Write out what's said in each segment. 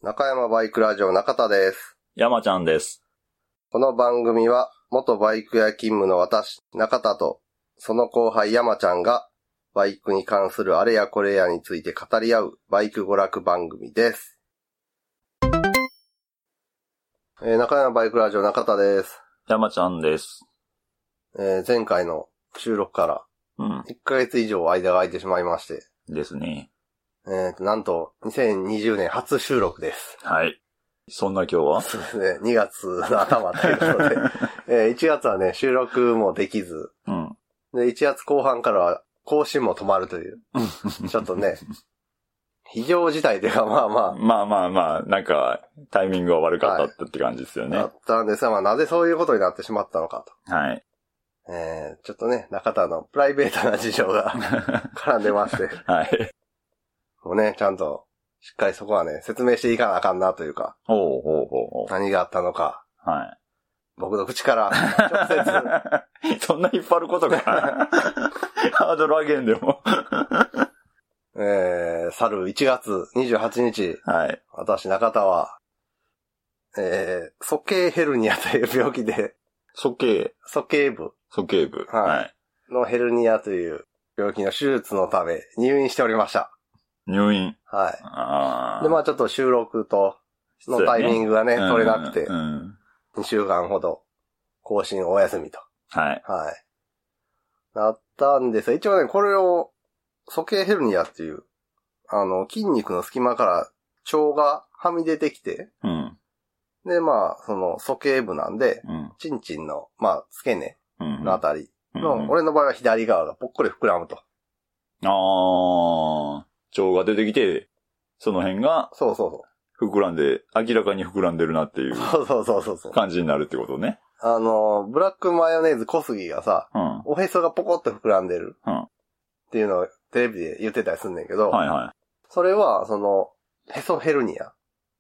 中山バイクラジオ中田です。 山ちゃんです。 この番組は元バイク屋勤務の私、中田とその後輩山ちゃんがバイクに関するあれやこれやについて語り合うバイク娯楽番組です。中山バイクラジオ中田です。 山ちゃんです。 前回の収録から1ヶ月以上間が空いてしまいまして。 ですね。 なんと2020年初収録です。 はい。そんな今日はそうですね。2月の頭ということで、1月はね、収録もできず、で、1月後半からは更新も止まるという、ちょっとね、非常事態ではまあ、なんか、タイミングが悪かったって感じですよね。 だったんですが、なぜそういうことになってしまったのかと。 はい。 ちょっとね、中田のプライベートな事情が絡んでまして。 はい。 もうね、ちゃんと、しっかりそこはね、説明していかなあかんなというか。 ほう。 何があったのか。 はい。 僕の口から、直接。そんな引っ張ることか。ハードル上げんでも。 去る1月28日。 はい。 私、中田は、鼠径ヘルニアという病気で。 鼠径部。 はい。のヘルニアという病気の手術のため入院しておりました。 入院。 はい。で、まあちょっと収録と、のタイミングがね、取れなくて、2週間ほど更新お休みと。 はい。 はい。なったんですが、一応ね、これを、鼠径ヘルニアっていう、筋肉の隙間から腸がはみ出てきて、で、まあ、その、鼠径部なんで、チンチンの、まあ、付け根のあたりの、俺の場合は左側がぽっこり膨らむと。 腸が出てきて、その辺が、 そう膨らんで、明らかに膨らんでるなっていう。 そう感じになるってことね。 ブラックマヨネーズ小杉がさ、おへそがポコッと膨らんでる。っていうのをテレビで言ってたりすんねんけど、 はいはい。 それは、その、へそヘルニア。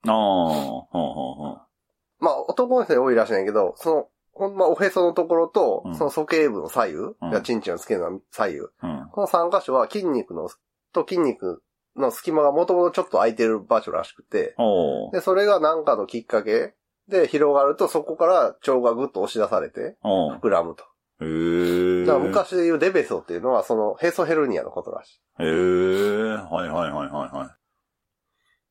まあ、男の人に多いらしいねんけど、その、ほんまおへそのところと、その鼠径部の左右、チンチンをつけるの左右。この3箇所は筋肉の隙間がもともとちょっと空いてる場所らしくて、で、それが何かのきっかけで広がると、そこから腸がぐっと押し出されて、膨らむと。だから昔で言うデベソっていうのは、その、へそヘルニアのことらしい。 はい。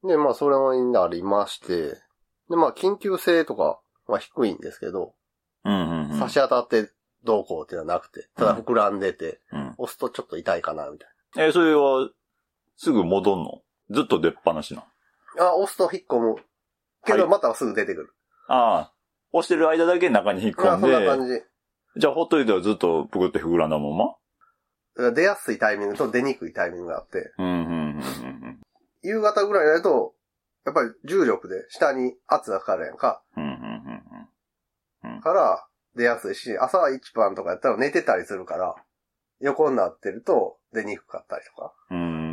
で、まあ、それになりまして、で、まあ、緊急性とかは低いんですけど、差し当たってどうこうっていうのはなくて、ただ膨らんでて、押すとちょっと痛いかな、みたいな。それは、すぐ戻んの？ずっと出っ放しなの？押すと引っ込む。けど、またすぐ出てくる。 押してる間だけ中に引っ込んで。 そんな感じ。 じゃあ、ほっといたらずっとぷくって膨らんだまま？ だから出やすいタイミングと出にくいタイミングがあって。夕方ぐらいになると、やっぱり重力で下に圧がかかるやんか。から出やすいし、朝一番とかやったら寝てたりするから、横になってると出にくかったりとか。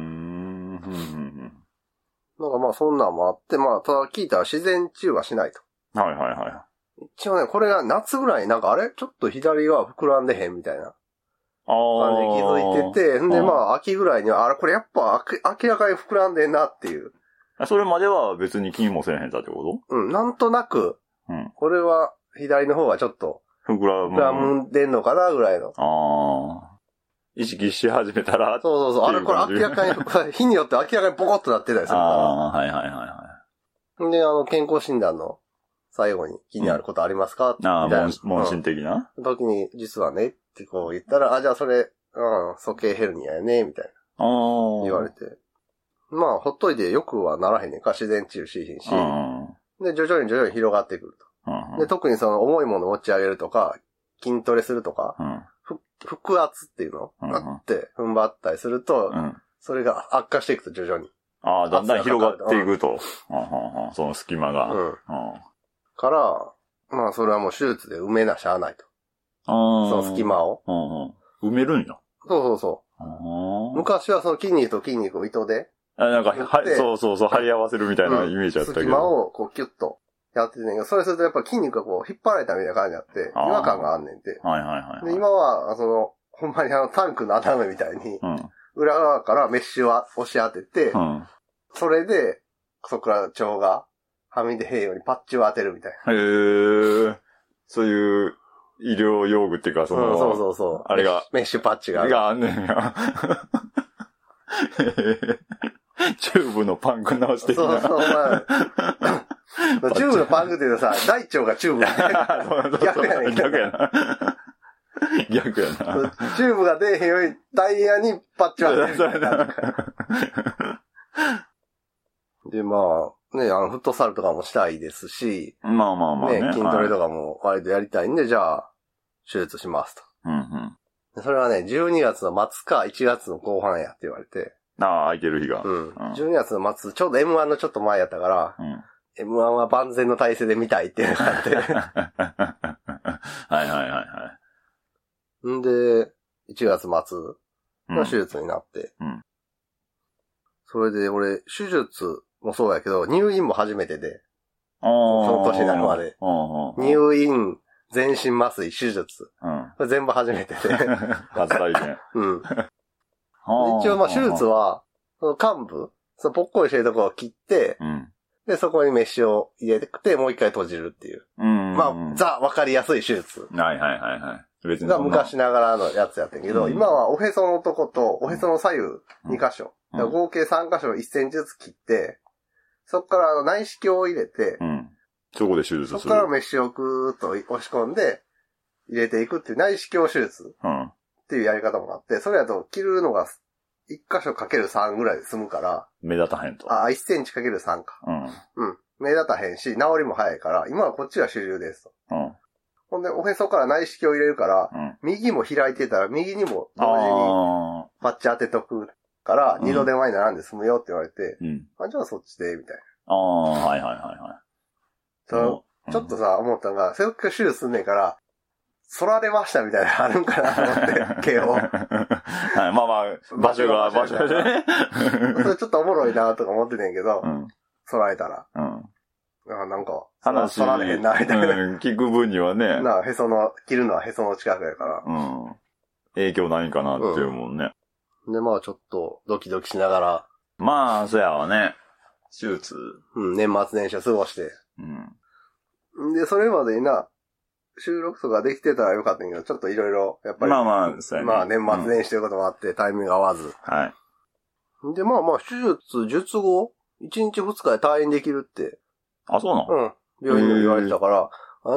なんかまあそんなんもあって、まあただ聞いたら自然治癒はしないと。一応ね、これが夏ぐらいになんかあれちょっと左側膨らんでへんみたいな感じで気づいてて、んでまあ秋ぐらいには、これやっぱ明らかに膨らんでんなっていう。 それまでは別に気もせえへんだってこと？ なんとなく、これは左の方はちょっと膨らんでんのかなぐらいの。 意識し始めたら。 そう。これ明らかに、日によって明らかにポコッとなってたりするから。で、健康診断の最後に気になることありますかみたいな。 問診的な時に、実はね、ってこう言ったら、じゃあそれ、鼠径ヘルニアやね、みたいな。言われて。まあ、ほっといてよくはならへんねんか、自然治癒しひんし。で、徐々に広がってくると。で、特にその重いもの持ち上げるとか、筋トレするとか、腹圧っていうのがあって、踏ん張ったりすると、それが悪化していくと徐々に。 だんだん広がっていくと。その隙間が。 から、まあそれはもう手術で埋めなしゃあないと。その隙間を。 埋めるんや。 そう。昔はその筋肉と筋肉を糸で。 なんか、貼り合わせるみたいなイメージだったけど。 隙間をこうキュッとやっててんけど、それするとやっぱ筋肉がこう引っ張られたみたいな感じになって、違和感があんねんて。で、今は、ほんまにタンクの頭みたいに、裏側からメッシュを押し当てて、それで、そこから腸がはみ出へんようにパッチを当てるみたいな。 へー。そういう医療用具っていうか、 そう。 あれが。 メッシュパッチがある。 あんねんや。チューブのパンク直してるな。 そう、まあ。チューブのパンクっていうのはさ、大腸がチューブ逆やねん。 逆やな。逆やな。 チューブが出えへんようにダイヤにパッチを当てる。で、まあ、ね、フットサルとかもしたいですし、 まあね。 筋トレとかも割とやりたいんで、じゃあ、手術しますと。それはね、12月の末か1月の後半やって言われて。 空いてる日が。 12月の末、ちょうど M1 のちょっと前やったから、M1 は万全の体制で見たいっていうのがあって。 はい。 んで、1月末の手術になって。それで俺、手術もそうやけど、入院も初めてで。その年になるまで。入院、全身麻酔、手術。これ全部初めてで。 初体験。 一応まあ手術は、その幹部、そのぽっこりしてるところを切って、で、そこにメッシュを入れて、もう一回閉じるっていう。まあ、わかりやすい手術。 はい。別に。 昔ながらのやつやってんけど、今はおへそのとことおへその左右2箇所。合計3箇所1センチずつ切って、そこから内視鏡を入れて、 そこで手術する。 そこからメッシュをぐーっと押し込んで、入れていくっていう内視鏡手術っていうやり方もあって、それだと切るのが1箇所かける3ぐらいで済むから。 目立たへんと。 1センチかける3か。目立たへんし、治りも早いから、今はこっちが主流ですと。ほんで、おへそから内視鏡を入れるから、右も開いてたら、右にも同時にパッチ当てとくから、二度手間にならんで済むよって言われて、じゃあそっちで、みたいな。 はい。 ちょっとさ、思ったのが、せっかく手術すんねんから、反られましたみたいなのあるんかなと思って、毛を。 場所でね。 それちょっとおもろいなとか思っててんけど、反られたら。なんか、 話、 反られへんな、みたいな。 聞く分にはね。 切るのはへその近くやから。 影響ないんかなっていうもんね。 で、まあちょっとドキドキしながら。 まあ、そうやわね。手術。 年末年始を過ごして。で、それまでに収録とかできてたらよかったんやけど、ちょっといろいろ、やっぱり。 そうやね。 まあ年末年始ということもあって、タイミング合わず。で、まあ手術後、1日2日で退院できるって。 あ、そうなの？ 病院で言われてたから、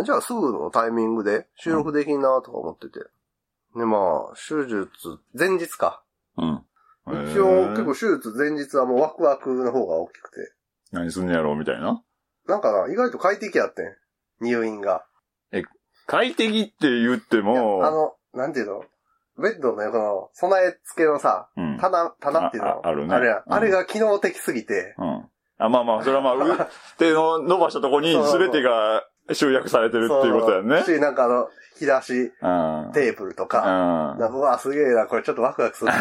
じゃあすぐのタイミングで収録できんなとか思ってて。で、まあ、手術、前日か。一応結構手術前日はもうワクワクの方が大きくて。 何すんねやろみたいな。 なんか意外と快適やってん。入院が。 快適って言っても。 なんていうの？ベッドの横の備え付けのさ、棚っていうのあるね。 あれが機能的すぎて。 それは手の伸ばしたとこに全てが集約されてるっていうことだよね。 なんか引き出し、テーブルとか、うわ、すげえな、これちょっとワクワクする。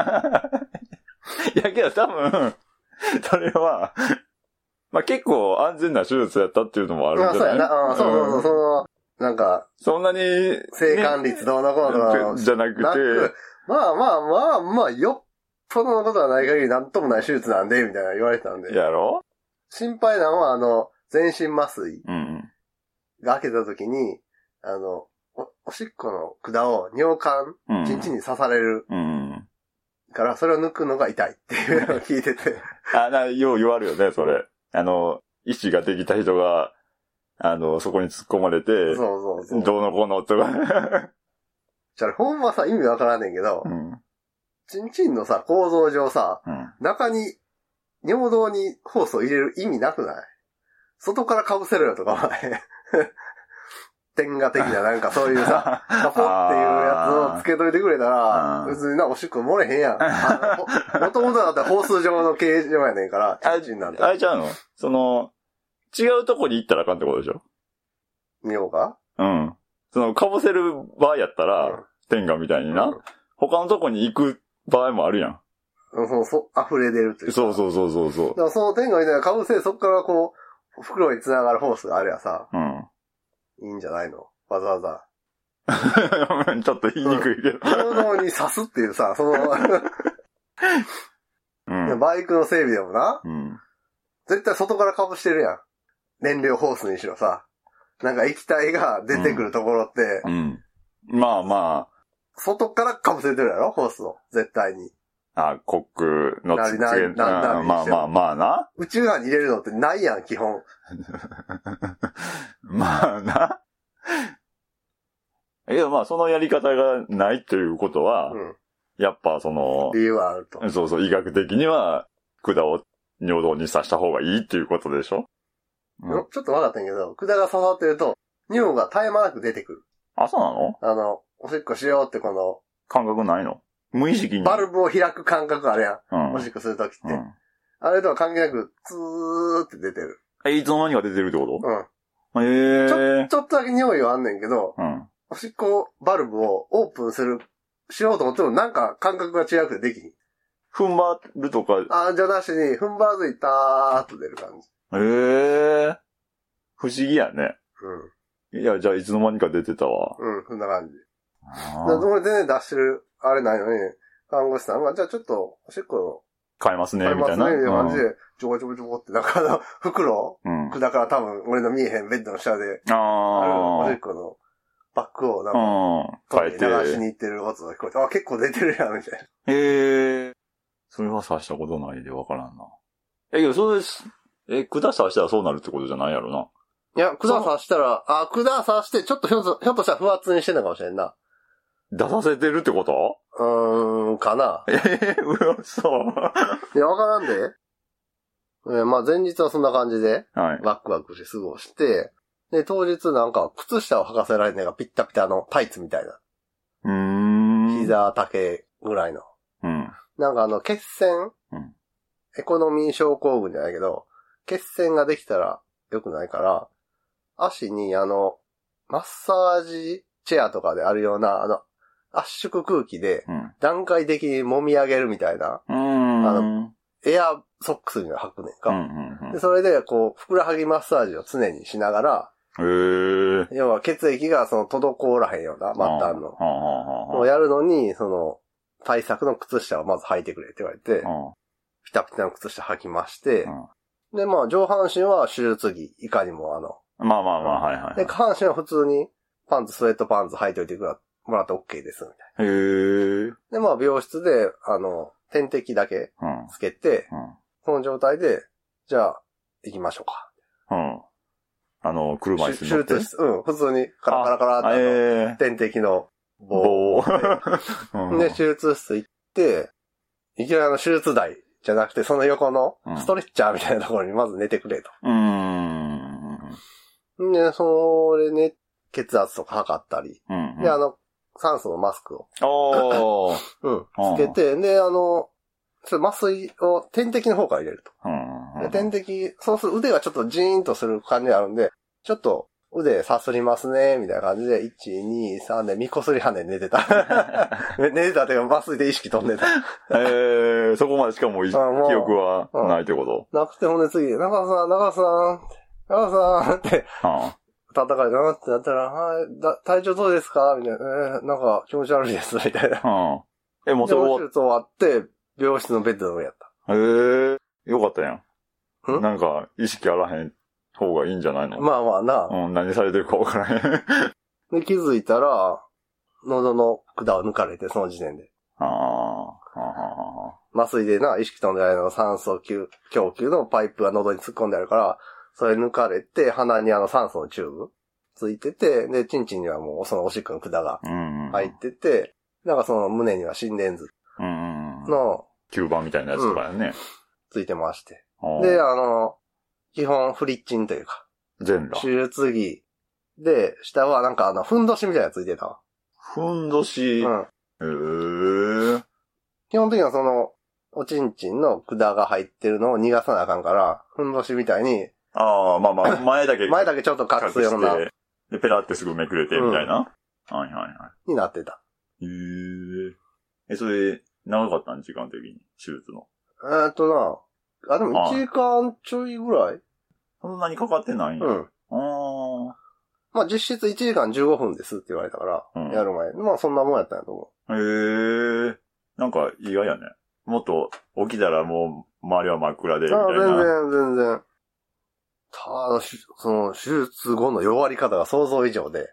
いやけど多分、それは、結構安全な手術やったっていうのもあるんじゃない？ そうやな、そう、なんか、 そんなに、 生還率どうのこうのじゃなくて、 まあ、よっぽどのことはない限りなんともない手術なんで、みたいな言われてたんで。 やろ？ 心配なのは、全身麻酔が開けた時に、おしっこの管を尿管、ちんちんに刺される。から、それを抜くのが痛いっていうのを聞いてて。 よう言われるよね、それ。医師ができた人が、そこに突っ込まれて、 そう。 どうのこうのとか。 じゃあ、ほんまさ、意味わからんねんけど、ちんちんのさ、構造上さ、中に、尿道にホースを入れる意味なくない？外から被せろよとか、お前。天下的ななんかそういうさ、カポっていうやつをつけといてくれたら、別におしっこ漏れへんやん。もともとだったらホース状の形状やねんから、ちんちんなんて。 あれちゃうの？違うとこに行ったらあかんってことでしょ？ 尿が？ 被せる場合やったら、天下みたいにな、他のとこに行く場合もあるやん。 溢れ出るっていうか。 そう。 だからその天下みたいな被せ、そっからこう、袋に繋がるホースがあれやさ、いいんじゃないの？わざわざ。 ちょっと言いにくいけど。 尿道に刺すっていうさ、バイクの整備でもな、絶対外から被してるやん。 燃料ホースにしろさ、なんか液体が出てくるところって、 うん。まあまあ。 外から被せてるやろホースを。絶対に。 コックのつけ、 まあまあまあな。 宇宙側に入れるのってないやん、基本。 まあな。まあそのやり方がないということは、やっぱ理由はあると。 そうそう、医学的には管を尿道に刺した方がいいっていうことでしょ、 ちょっと分かったんやけど、管が刺さってると、尿が絶え間なく出てくる。 あ、そうなのおしっこしようって感覚ないの？無意識に。 バルブを開く感覚あるやん。おしっこするときって。あれとは関係なく、ツーって出てる。 いつの間にか出てるってこと？ ちょっとだけ匂いはあんねんけど、おしっこバルブをオープンしようと思ってもなんか感覚が違くてできひん。 踏ん張るとか。 じゃなしに、踏ん張らずにターっと出る感じ。 不思議やね。いや、じゃあいつの間にか出てたわ。 そんな感じ。俺全然出してる、あれないのに、看護師さんが、じゃあちょっと、おしっこ買いますね、みたいな。 買いますね、みたいな感じで、ちょこちょこちょこって、なんか袋だから多分、俺の見えへんベッドの下で、おしっこのバッグをなんか、 変えて。 流しに行ってる音が聞こえて、結構出てるやん、みたいな。 それは刺したことないでわからんな。けど、そうです。管刺したらそうなるってことじゃないやろな。 いや、管刺したら、管刺して、ちょっとひょっとしたら不発にしてんのかもしれんな。 出させてるってこと？ かな。 嘘。 いや、わからんで。まあ前日はそんな感じで、ワクワクして過ごして、で、当日なんか、靴下を履かせられるのがピッタピタのタイツみたいな。膝丈ぐらいの。なんか血栓、エコノミー症候群じゃないけど、血栓ができたら良くないから、足にマッサージチェアとかであるような、圧縮空気で、段階的に揉み上げるみたいな、エアソックスに履くねんか。でそれで、ふくらはぎマッサージを常にしながら、要は血液が滞らへんような、末端の。をやるのに、対策の靴下をまず履いてくれって言われて、ピタピタの靴下履きまして、で、まあ、上半身は手術着、いかにもはい。 で、下半身は普通に、スウェットパンツ履いといてもらって OK です、みたいな。で、まあ、病室で、点滴だけつけて、その状態で、じゃあ、行きましょうか。 車椅子に乗って。 手術室、普通にカラカラカラって点滴の棒で、手術室行って、いきなり手術台じゃなくて、その横のストレッチャーみたいなところにまず寝てくれと。で、それね、血圧とか測ったり、で、酸素のマスクを、つけて、で、麻酔を点滴の方から入れると。で点滴、そうする腕がちょっとジーンとする感じがあるんで、ちょっと腕さすりますね、みたいな感じで、1、2、3で、みこすりはね寝てた。寝てたっていうか、麻酔で意識飛んでた。 そこまでしかも記憶はないってこと？ なくて、ほんで次、中田さんって、叩かれたなってなったら、はい、体調どうですかみたいな、なんか気持ち悪いです、みたいな。 もうそれ手術終わって、病室のベッドの上やった。 よかったやん。なんか、意識あらへん方がいいんじゃないの？ まあまあな。 何されてるかわからへん。 で、気づいたら、喉の管を抜かれて、その時点で。麻酔でな、意識飛んでる間の酸素供給のパイプが喉に突っ込んであるから、それ抜かれて、鼻に酸素のチューブついてて、で、チンチンにはもうそのおしっこの管が入ってて、なんかその胸には心電図の吸盤みたいなやつとかやね。 ついてまして。で、基本フリッチンというか、 全裸。 手術着で、下はなんかふんどしみたいなのついてたわ。 ふんどし基本的にはその、おちんちんの管が入ってるのを逃がさなあかんから、ふんどしみたいに、 まあまあ、前だけちょっと隠すような。 で、ペラってすぐめくれて、みたいな。 になってた。 それ、長かったん時間的に、手術の。 でも1時間ちょいぐらいそんなにかかってないんや。 まあ実質1時間15分ですって言われたから、やる前。まあそんなもんやったんやと思う。なんか意外やね。もっと起きたらもう周りは真っ暗でみたいな。 全然。 その手術後の弱り方が想像以上で。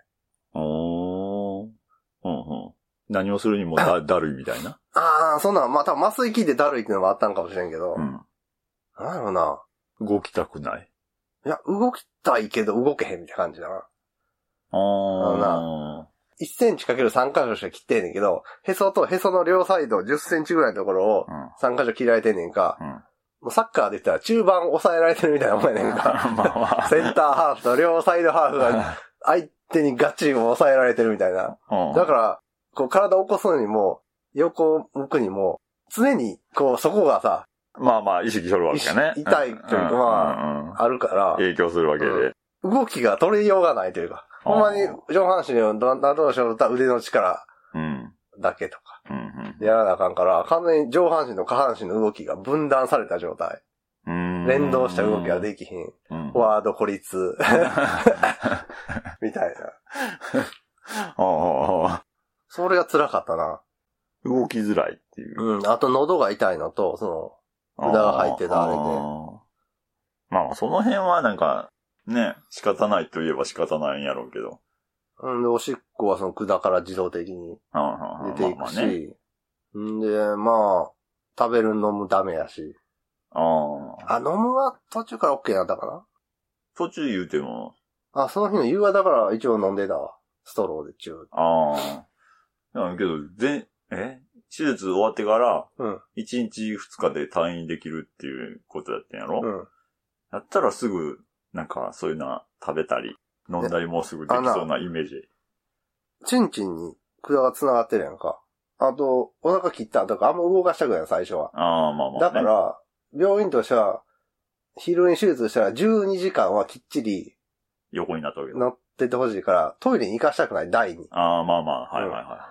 何をするにもだるいみたいな。 そんな、まあ、多分麻酔効いてだるいっていうのもあったんかもしれんけど。なんやろな。 動きたくない。 いや、動きたいけど動けへんみたいな感じだな。1センチかける3箇所しか切ってんねんけど、へそとへその両サイド10センチぐらいのところを3箇所切られてんねんか。もうサッカーで言ったら中盤抑えられてるみたいなもんやねんか。センターハーフと両サイドハーフが相手にガッチリ抑えられてるみたいな。だから、こう体を起こすのにも、横向くにも、常にこうそこがさ、 まあまあ意識しとるわけやね。 痛いというかまあ、あるから。 影響するわけで。 動きが取りようがないというか。ほんまに上半身を何とかしようとったら腕の力だけとか。やらなあかんから、完全に上半身と下半身の動きが分断された状態。連動した動きができひん。フォワード孤立。みたいな。それが辛かったな。 動きづらいっていう。 あと喉が痛いのと、管が入ってたあれで。 まあその辺はなんか、ね、仕方ないといえば仕方ないんやろうけど。 で、おしっこはその管から自動的に出ていくし。で、まあ、食べる飲むダメやし。飲むは途中から OK なんだかな？ 途中言うても。 その日の夕方から一応飲んでたわ。ストローでだけど、手術終わってから、1日2日で退院できるっていうことだったんやろ？やったらすぐ、なんか、そういうの食べたり、飲んだりもすぐできそうなイメージ。 チンチンに管が繋がってるやんか。あと、お腹切ったとかあんま動かしたくない最初は。 まあまあ、ね。 だから、病院としては、昼に手術したら12時間はきっちり、 横になったわけだ。 乗っててほしいから、トイレに行かしたくない、台に。 まあまあ、はいはいはい。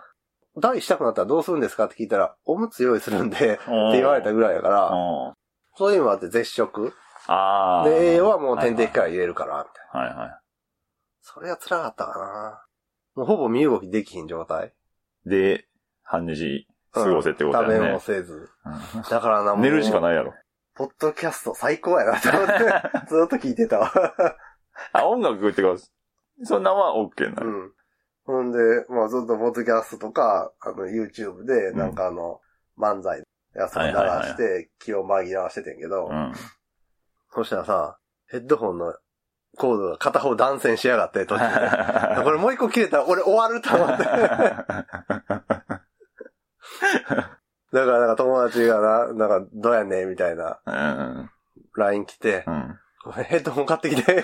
台したくなったらどうするんですかって聞いたら、おむつ用意するんで、って言われたぐらいやから、そういうのもあって絶食。で、栄養はもう点滴から入れるから、みたいな。はいはい。それが辛かったかな。もうほぼ身動きできひん状態。 で、半日過ごせってことだね。 食べもせず。だからな、もう。 寝るしかないやろ。 ポッドキャスト最高やなって思って、ずっと聞いてたわ。 音楽ってか、そんなんは OK なの。 ほんで、まあずっとポッドキャストとか、YouTube で、なんか漫才のやつを流して、気を紛らわしててんけど、そしたらさ、ヘッドホンのコードが片方断線しやがって、途中で。これもう一個切れたら俺終わると思って。だからなんか友達がなんかどうやねんみたいな、LINE 来て、ヘッドホン買ってきて。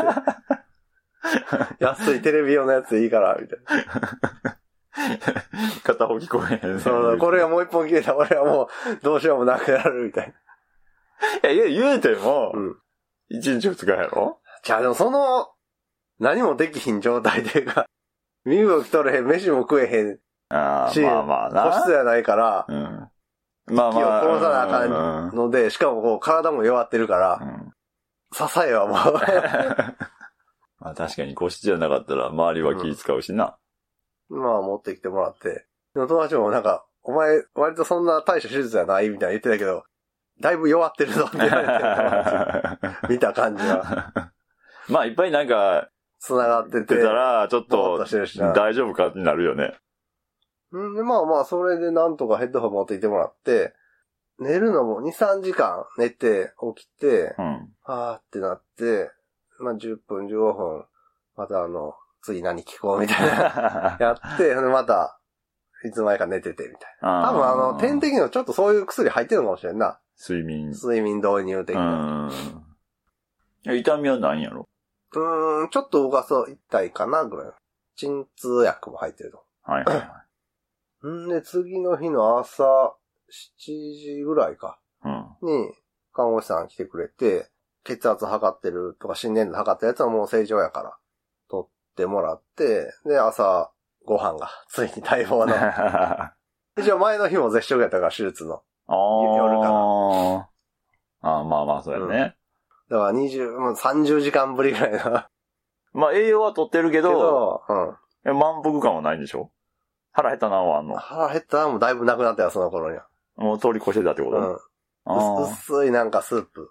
安いテレビ用のやつでいいから、みたいな。 片方聞こえへん。 そう、これがもう一本切れたら俺はもうどうしようもなくなるみたいな。いや、言うても、1日2日やろ？ じゃあでも何もできひん状態で身動き取れへん、飯も食えへん。し、まあまあな。個室やないから、まあまあ。息を殺さなあかんので、しかもこう体も弱ってるから、支えはもう。 まあ確かに個室じゃなかったら周りは気使うしな。 まあ持ってきてもらって。でも友達もなんか、お前割とそんな大した手術じゃないみたいな言ってたけど、だいぶ弱ってるぞって言われて、見た感じは。 まあいっぱいなんか、 繋がってて。 たら、ちょっと大丈夫かになるよね。 で、まあまあ、それでなんとかヘッドホン持ってきてもらって、寝るのも2、3時間寝て、起きて、はーってなって、まあ10分、15分、また次何聞こうみたいな、やって、また、いつの間にか寝ててみたいな。多分点滴のちょっとそういう薬入ってるのかもしれんな。睡眠導入的な。 痛みは何やろ？ ちょっと動かそう痛いかなぐらい。鎮痛薬も入ってると。はいはいはい。で、次の日の朝7時ぐらいか。に、看護師さん来てくれて、血圧測ってるとか心電図測ったやつはもう正常やから、取ってもらって、で、朝、ご飯が、ついに待望の。一応前の日も絶食やったから、手術の。夜から。 まあまあ、そうやね。 だから30時間ぶりぐらいな。 まあ栄養は取ってるけど、満腹感はないんでしょ？腹減ったなはあんの？ 腹減ったなもうだいぶなくなったよ、その頃には。 もう通り越してたってこと？ 薄いなんかスープ。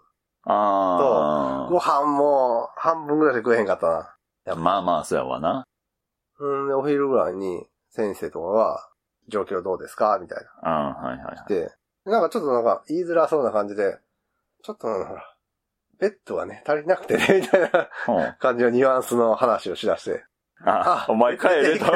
ご飯も半分ぐらいしか食えへんかったな。 まあまあ、そうやわな。 で、お昼ぐらいに先生とかが、状況どうですかみたいな。 はいはい。 で、なんかちょっとなんか言いづらそうな感じで、ちょっとほら、ベッドがね、足りなくてね、みたいな感じのニュアンスの話をしだして。 お前帰れと。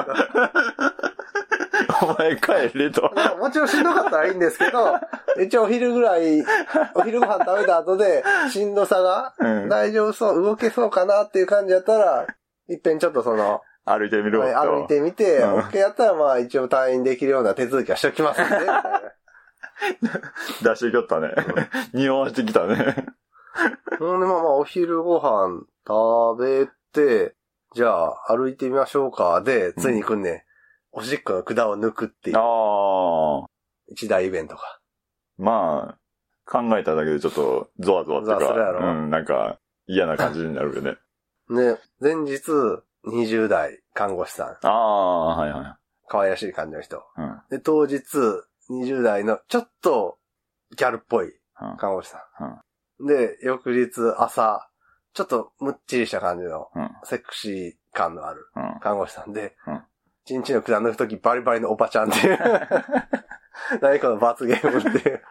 お前帰れと。 もちろんしんどかったらいいんですけど、一応お昼ご飯食べた後で、しんどさが大丈夫そう、動けそうかなっていう感じやったら、いっぺんちょっと歩いてみろと。 歩いてみて、OK やったらまあ一応退院できるような手続きはしておきますんで、みたいな。 出してきよったね。匂わしてきたね。 ほんでまあお昼ご飯食べて、じゃあ歩いてみましょうかで、ついに来んね、おしっこの管を抜くっていう。一大イベントか。 まあ、考えただけでちょっっとゾワゾワっていうか、なんか嫌な感じになるよね。 ね、前日20代看護師さん。 はいはい。 可愛らしい感じの人。で、当日20代のちょっとギャルっぽい看護師さん。で、翌日朝、ちょっとむっちりした感じのセクシー感のある看護師さんで、一日の管抜くときバリバリのおばちゃんっていう、何かの罰ゲームっていう。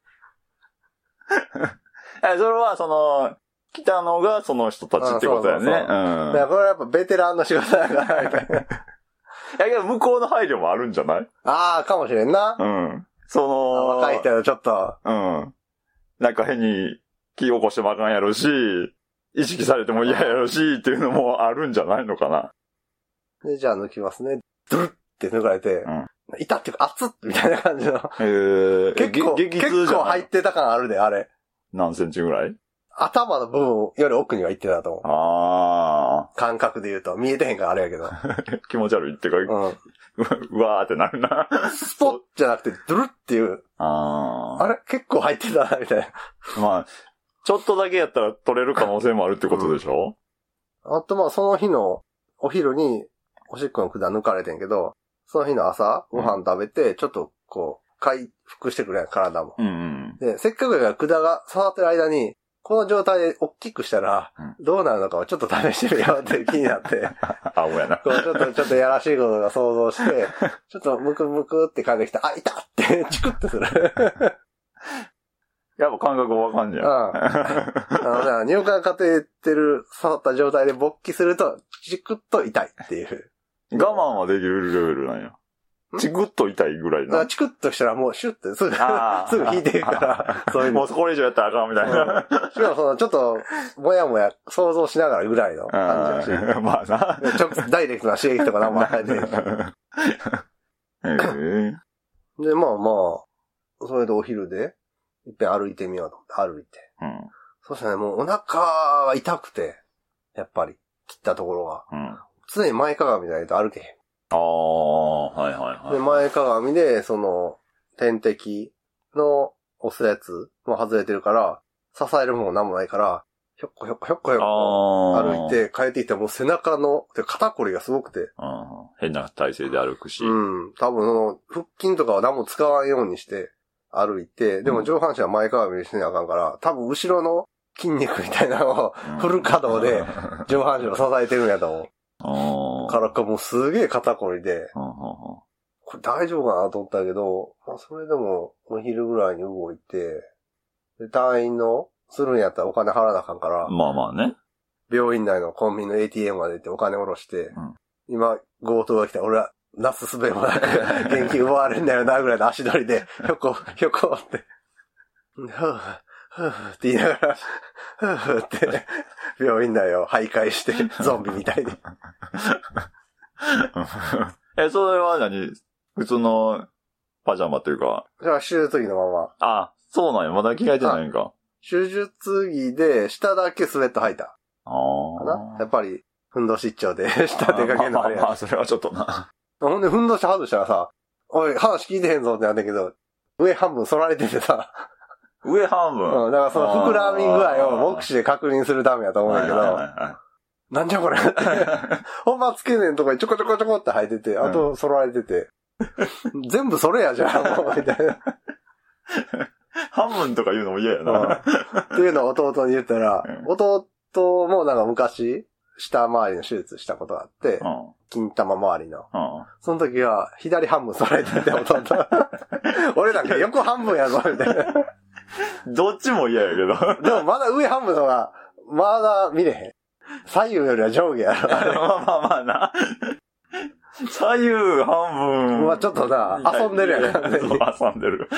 それは来たのがその人たちってことだよね。だからこれはやっぱベテランの仕事だから、みたいな。 いやけど向こうの配慮もあるんじゃない？ かもしれんな。 若い人はちょっと。 なんか変に気起こしてもあかんやろし、意識されても嫌やろし、っていうのもあるんじゃないのかな。 で、じゃあ抜きますね。ドゥルって抜かれて、いたっていうか熱っみたいな感じの。結構入ってた感あるで、あれ。 何センチぐらい？ 頭の部分より奥には行ってたと思う。感覚で言うと。見えてへんからあれやけど。 気持ち悪いってか、うわーってなるな。 スポッじゃなくて、ドゥルっていう。あれ結構入ってたな、みたいな。 まあ、ちょっとだけやったら取れる可能性もあるってことでしょ？ あとまあ、その日のお昼におしっこの管抜かれてんけど、その日の朝、ご飯食べて、ちょっと回復してくれん、体も。で、せっかくやから管が触ってる間に、この状態で大きくしたら、どうなるのかをちょっと試してみようって気になって。 青やな。 ちょっとやらしいことが想像して、ちょっとムクムクって感じできた。いたってチクッてする。 やっぱ感覚わかんねや。 尿管カテーテル触った状態で勃起すると、チクッと痛いっていう。 我慢はできるレベルなんや。チクッと痛いぐらいな。 チクッとしたらもうシュッてすぐ引いていくから、 そういう。もうこれ以上やったらあかんみたいな。 しかもちょっと、もやもや想像しながらぐらいの感じだし。 まあな。 ダイレクトな刺激とかなんも入ってないし。で、まあ、それでお昼で、いっぺん歩いてみようと思って歩いて。そしたらね、もうお腹は痛くて、やっぱり、切ったところが。常に前かがみないと歩けへん。 はいはいはい。 で、前かがみで、点滴の押すやつも外れてるから、支えるものなんもないから、ひょっこ歩いて、帰ってきてもう背中の、肩こりがすごくて。 変な体勢で歩くし。 多分腹筋とかは何も使わんようにして歩いて、でも上半身は前かがみにしてなあかんから、多分後ろの筋肉みたいなのをフル稼働で上半身を支えてるんやと思う。からかもうすげえ肩こりで、これ大丈夫かなと思ったけど、それでもお昼ぐらいに動いて、で退院するんやったらお金払わなあかんから、 まあまあね。 病院内のコンビニの ATM まで行ってお金下ろして、今強盗が来たら俺はなすすべもなく現金奪われんだよなぐらいの足取りで、ひょこって、ふぅって言いながら、ふぅって病院内を徘徊してゾンビみたいに。 それは普通のパジャマというか。 じゃあ手術着のまま。 そうなんや。まだ着替えてないんか。 手術着で下だけスウェット履いた。かな？やっぱり、ふんどし一丁で下出かけるのあれや。 それはちょっとな。 ほんでふんどし外したらさ、おい、話聞いてへんぞってなんだけど、上半分反られててさ。 上半分。 だから膨らみ具合を目視で確認するためやと思うんだけど、なんじゃこれって。ほんまつけねんとかにちょこちょこちょこって履いてて、あと反られてて、全部それやじゃん、もう、みたいな。 半分とか言うのも嫌やな。 っていうのを弟に言ったら、弟もなんか昔、下回りの手術したことがあって、金玉周りの。その時は、左半分揃えてて、弟。俺なんか横半分やぞ、みたいな。 どっちも嫌やけど。 でもまだ上半分の方が、まだ見れへん。左右よりは上下やろ。 まあな。左右半分。 まあちょっとな、遊んでるやん。 遊んでる。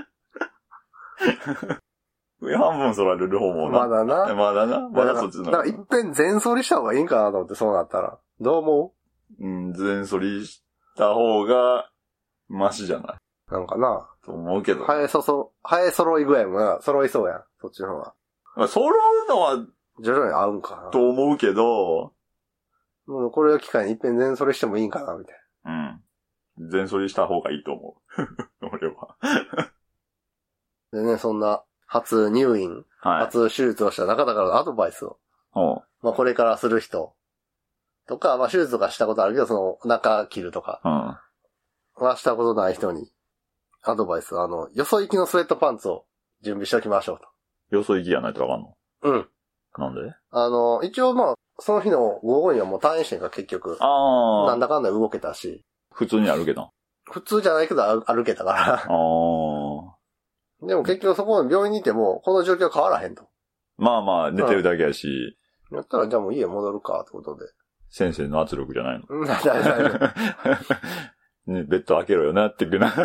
上半分反られる方もな。 まだな。 まだそっちの。 だから一遍全反りした方がいいんかなと思って、そうなったら。どう思う？全反りした方が、マシじゃないなんかな。 と思うけど。 生え揃い具合もな、揃いそうやん。そっちの方が。 まあ、揃うのは、 徐々に合うんかな。 と思うけど、 もうこれを機会に一遍全反りしてもいいんかな、みたいな。全反りした方がいいと思う。俺は。 でね、そんな、初入院、初手術をした中だからのアドバイスを。まあこれからする人とか、まあ手術とかしたことあるけど、そのお腹切るとか、はしたことない人に、アドバイス、よそ行きのスウェットパンツを準備しておきましょうと。よそ行きやないとわかんの？なんで？ 一応まあ、その日の午後にはもう退院してんから結局。なんだかんだ動けたし。 普通に歩けた？ 普通じゃないけど歩けたから。でも結局そこの病院にいても、この状況変わらへんと。 まあまあ、寝てるだけやし。 やったらじゃあもう家戻るかってことで。 先生の圧力じゃないの？ 大丈夫。 ね、ベッド開けろよなって言うな。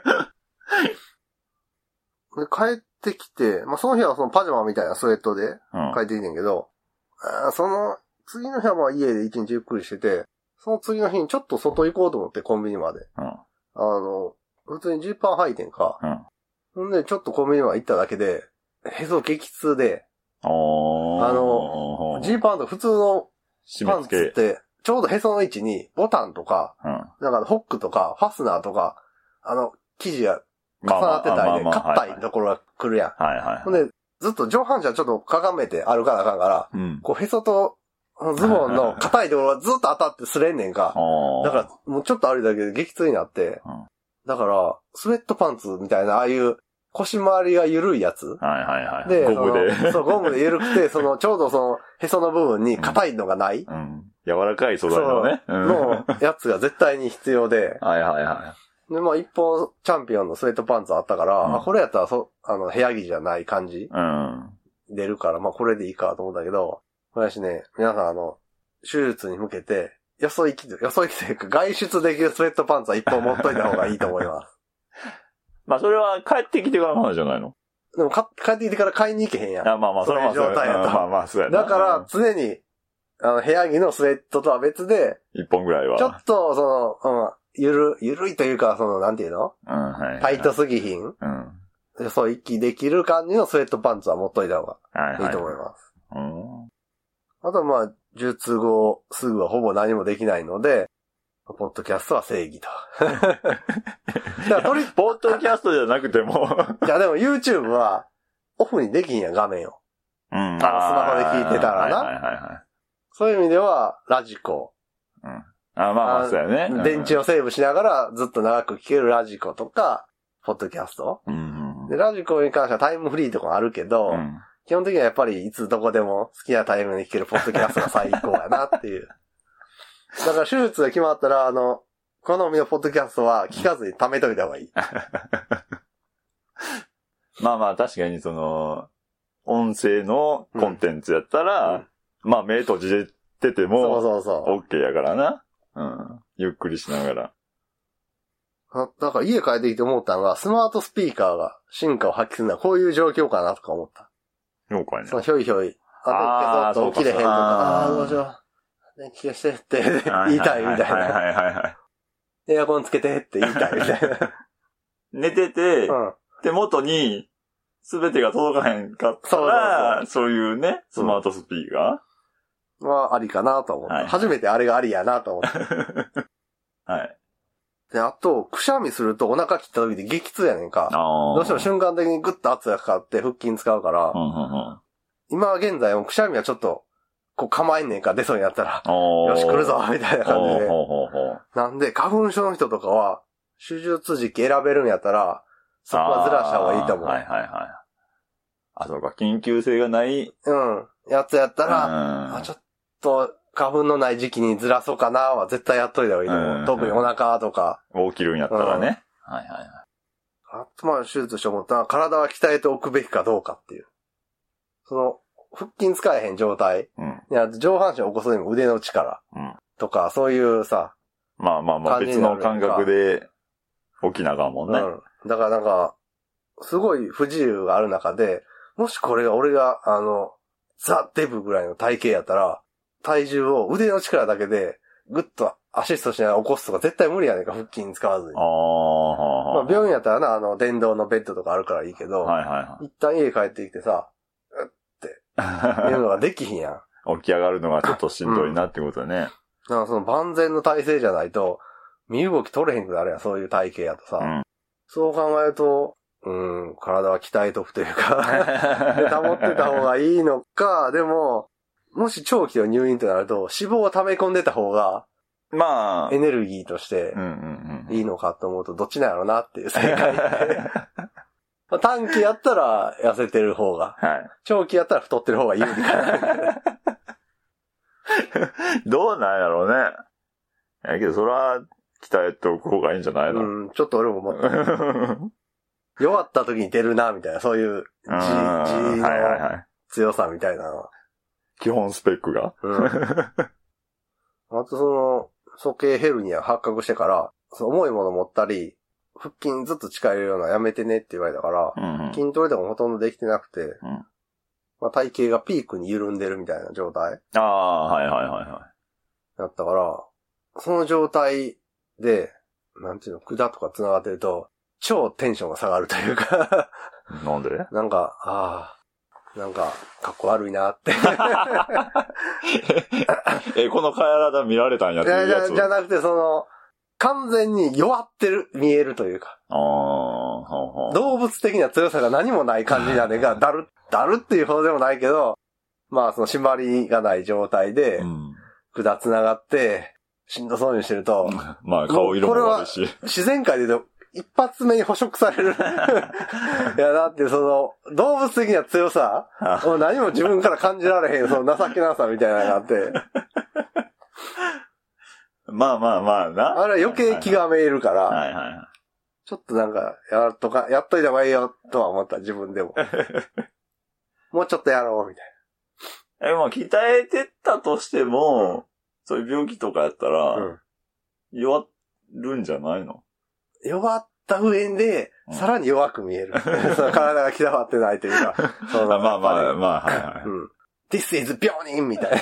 で帰ってきて、まあその日はそのパジャマみたいなスウェットで帰ってきてんけど、その次の日はまあ家で一日ゆっくりしてて、その次の日にちょっと外行こうと思ってコンビニまで。普通にジーパン履いてんか。ほんでちょっとコンビニまで行っただけで、へそ激痛で、ジーパンと普通のパンツって、ちょうどへその位置にボタンとか、なんかホックとかファスナーとか、生地が重なってたりで、硬いところが来るやん。ほんで、ずっと上半身はちょっとかがめて歩かなあかんから、こうへそとズボンの硬いところがずっと当たって擦れんねんか。だから、もうちょっと歩いただけで激痛になって、だから、スウェットパンツみたいな、ああいう腰回りが緩いやつ。で、 ゴムで。 そう、ゴムで緩くて、ちょうどへその部分に硬いのがない。 柔らかい素材のね。 のやつが絶対に必要で。で、まあ一本チャンピオンのスウェットパンツあったから、これやったら部屋着じゃない感じ。出るから、まあこれでいいかと思ったけど、私ね、皆さん手術に向けて、よそ行きというか外出できるスウェットパンツは一本持っといた方がいいと思います。 まあそれは帰ってきてからの話じゃないの？ でも帰ってきてから買いに行けへんやん。 まあそれはそういう状態やと。 まあそうやな。 だから常に、部屋着のスウェットとは別で、 一本ぐらいは。 ちょっとゆるいというか、なんていうの？タイトすぎひん。そう息できる感じのスウェットパンツは持っといた方がいいと思います。あとまあ、術後すぐはほぼ何もできないので、ポッドキャストは正義と。 ポッドキャストじゃなくても。 いやでも YouTube はオフにできんや、画面を。スマホで聞いてたらな。そういう意味では、ラジコ。 まあそうやね。 電池をセーブしながらずっと長く聞けるラジコとか、ポッドキャスト。で、ラジコに関してはタイムフリーとかもあるけど、基本的にはやっぱりいつどこでも好きなタイムに聞けるポッドキャストが最高やなっていう。だから手術が決まったら、好みのポッドキャストは聞かずに貯めといた方がいい。 まあまあ確かに音声のコンテンツやったら、まあ目閉じてても、OK やからな。ゆっくりしながら。 だから家帰ってきて思ったのが、スマートスピーカーが進化を発揮するのはこういう状況かなとか思った。 了解ね。 ひょいひょい。起きれへんとか、どうしよう。電気消してって言いたいみたいな。エアコンつけてって言いたいみたいな。 寝てて、で、元に全てが届かへんかったら、そういうね、スマートスピーカーはありかなと思った。初めてあれがありやなと思った。で、あと、くしゃみするとお腹切った時で激痛やねんか。どうしても瞬間的にグッと圧がかかって腹筋使うから、今現在くしゃみはちょっと、こう構えんねんか出そうになったら、よし来るぞみたいな感じで。なんで、花粉症の人とかは、手術時期選べるんやったら、 そこはずらした方がいいと思う。 はいはいはい。あ、そうか、緊急性がない。 やつやったら、ちょっと、花粉のない時期にずらそうかなは絶対やっといた方がいいと思う。特にお腹とか。 起きるんやったらね。はいはいはい。 あとまあ手術して思ったら、体は鍛えておくべきかどうかっていう。その、腹筋使えへん状態。いや上半身を起こすにも腕の力。とか、そういうさ。 まあまあまあ、別の感覚で起きながらもんね。 だからなんか、すごい不自由がある中で、もしこれが俺が、ザ・デブぐらいの体型やったら、体重を腕の力だけで、ぐっとアシストしながら起こすとか絶対無理やねんか、腹筋使わずに。まあ、病院やったらな、電動のベッドとかあるからいいけど、一旦家帰ってきてさ、っていうのができひんやん。起き上がるのがちょっとしんどいなってことだね。 なんかその万全の体勢じゃないと、身動き取れへんくなるやん、そういう体型やとさ。そう考えると、体は鍛えとくというか保ってた方がいいのか、でも、もし長期の入院となると、脂肪を溜め込んでた方が、まあ、エネルギーとしていいのかと思うと、どっちなんやろうなっていう正解で。短期やったら痩せてる方が、長期やったら太ってる方が有利かな。 どうなんやろうね。やけど、それは鍛えておく方がいいんじゃないの？ ちょっと俺も思った。弱った時に出るな、みたいな、そういうGの強さみたいなのは。 基本スペックが。 あとその、鼠径ヘルニア発覚してから、重いもの持ったり、腹筋ずっと力入れるようなやめてねって言われたから、筋トレでもほとんどできてなくて、まあ、体型がピークに緩んでるみたいな状態。 はいはいはいはい。 だったから、その状態で、なんていうの、管とか繋がってると、超テンションが下がるというかなんで？ なんか、なんか、かっこ悪いなってこの体見られたんやっていうやつ。 じゃなくて、完全に弱ってる、見えるというか。動物的な強さが何もない感じなんでが、だるっていうほどでもないけど、まあ、締まりがない状態で、管繋がって、しんどそうにしてると、 まあ、顔色も悪いし。 自然界で言うと、一発目に捕食される。いや、だって動物的な強さを何も自分から感じられへん、情けなさみたいなのがあって。 まあまあまあな。 あれは余計気がめいるから、ちょっとなんか、やっといた方がいいよ、とは思った、自分でも。もうちょっとやろう、みたいな。まあ、鍛えてったとしても、そういう病気とかやったら、弱るんじゃないの？ 弱った上で、さらに弱く見える。体が鍛わってないというか。 まあ、はいはい。 This is 病人みたい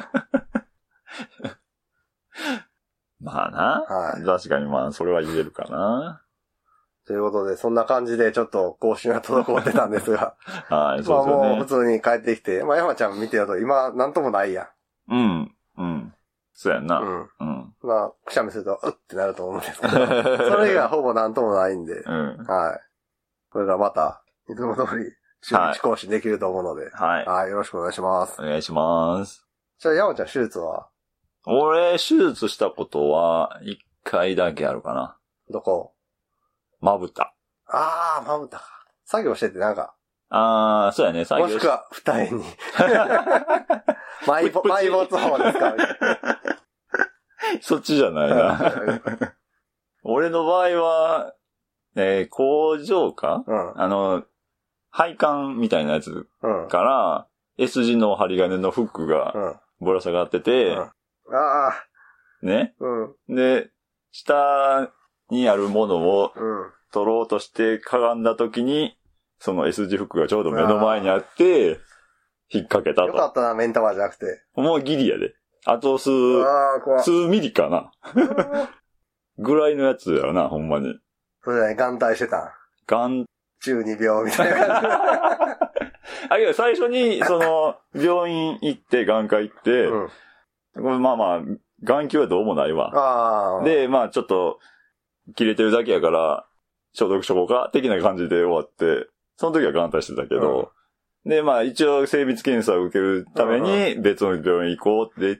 な。まあな。確かにまあ、それは言えるかな。 ということで、そんな感じでちょっと更新が滞ってたんですが。 はい、そうですよね。 まあもう普通に帰ってきて、まあ山ちゃん見てると今なんともないやん。そうやんな。 まあ、くしゃみすると、うってなると思うんですけど、それ以外ほぼなんともないんで、はい。これからまた、いつも通り、週1更新できると思うので、はい。よろしくお願いします。 お願いします。 じゃあ山ちゃん手術は？ 俺、手術したことは、1回だけあるかな。 どこ？ まぶた。 まぶたか。作業しててなんか。 そうやね、作業もしくは、二重に。埋没法ですか？ そっちじゃないな。俺の場合は、工場か？配管みたいなやつから、S 字の針金のフックがぶら下がってて、ね。で、下にあるものを取ろうとしてかがんだ時に、その S 字フックがちょうど目の前にあって、引っ掛けたと。 よかったな、目ん玉じゃなくて。 もうギリやで。あと数ミリかな。ぐらいのやつやな、ほんまに。 それね、眼帯してた。中二病みたいな。 いや、最初に、病院行って、眼科行って、まあまあ、眼球はどうもないわ。で、まあちょっと、切れてるだけやから、消毒しとこうか、的な感じで終わって、その時は眼帯してたけど、で、まあ一応精密検査を受けるために別の病院行こうって言って、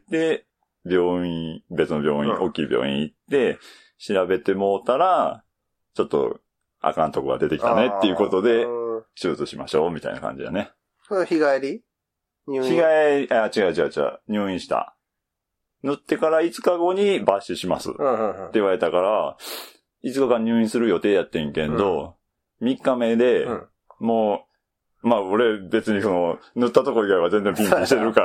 別の病院、大きい病院行って、調べてもうたら、ちょっとあかんとこが出てきたねっていうことで、手術しましょうみたいな感じだね。 それ日帰り？ 違う、入院した。塗ってから5日後に抜歯します。って言われたから、5日間入院する予定やってんけど、3日目で、もう、まあ俺別に塗ったとこ以外は全然ピンピンしてるから、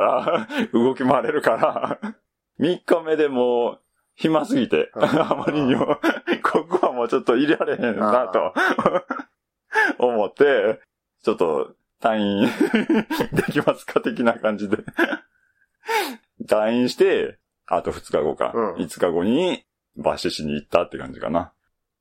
動き回れるから、3日目でもう、暇すぎて、あまりにも、ここはもうちょっと入れられへんなと、思って、ちょっと退院できますか的な感じで。退院して、あと2日後か、5日後に抜歯しに行ったって感じかな。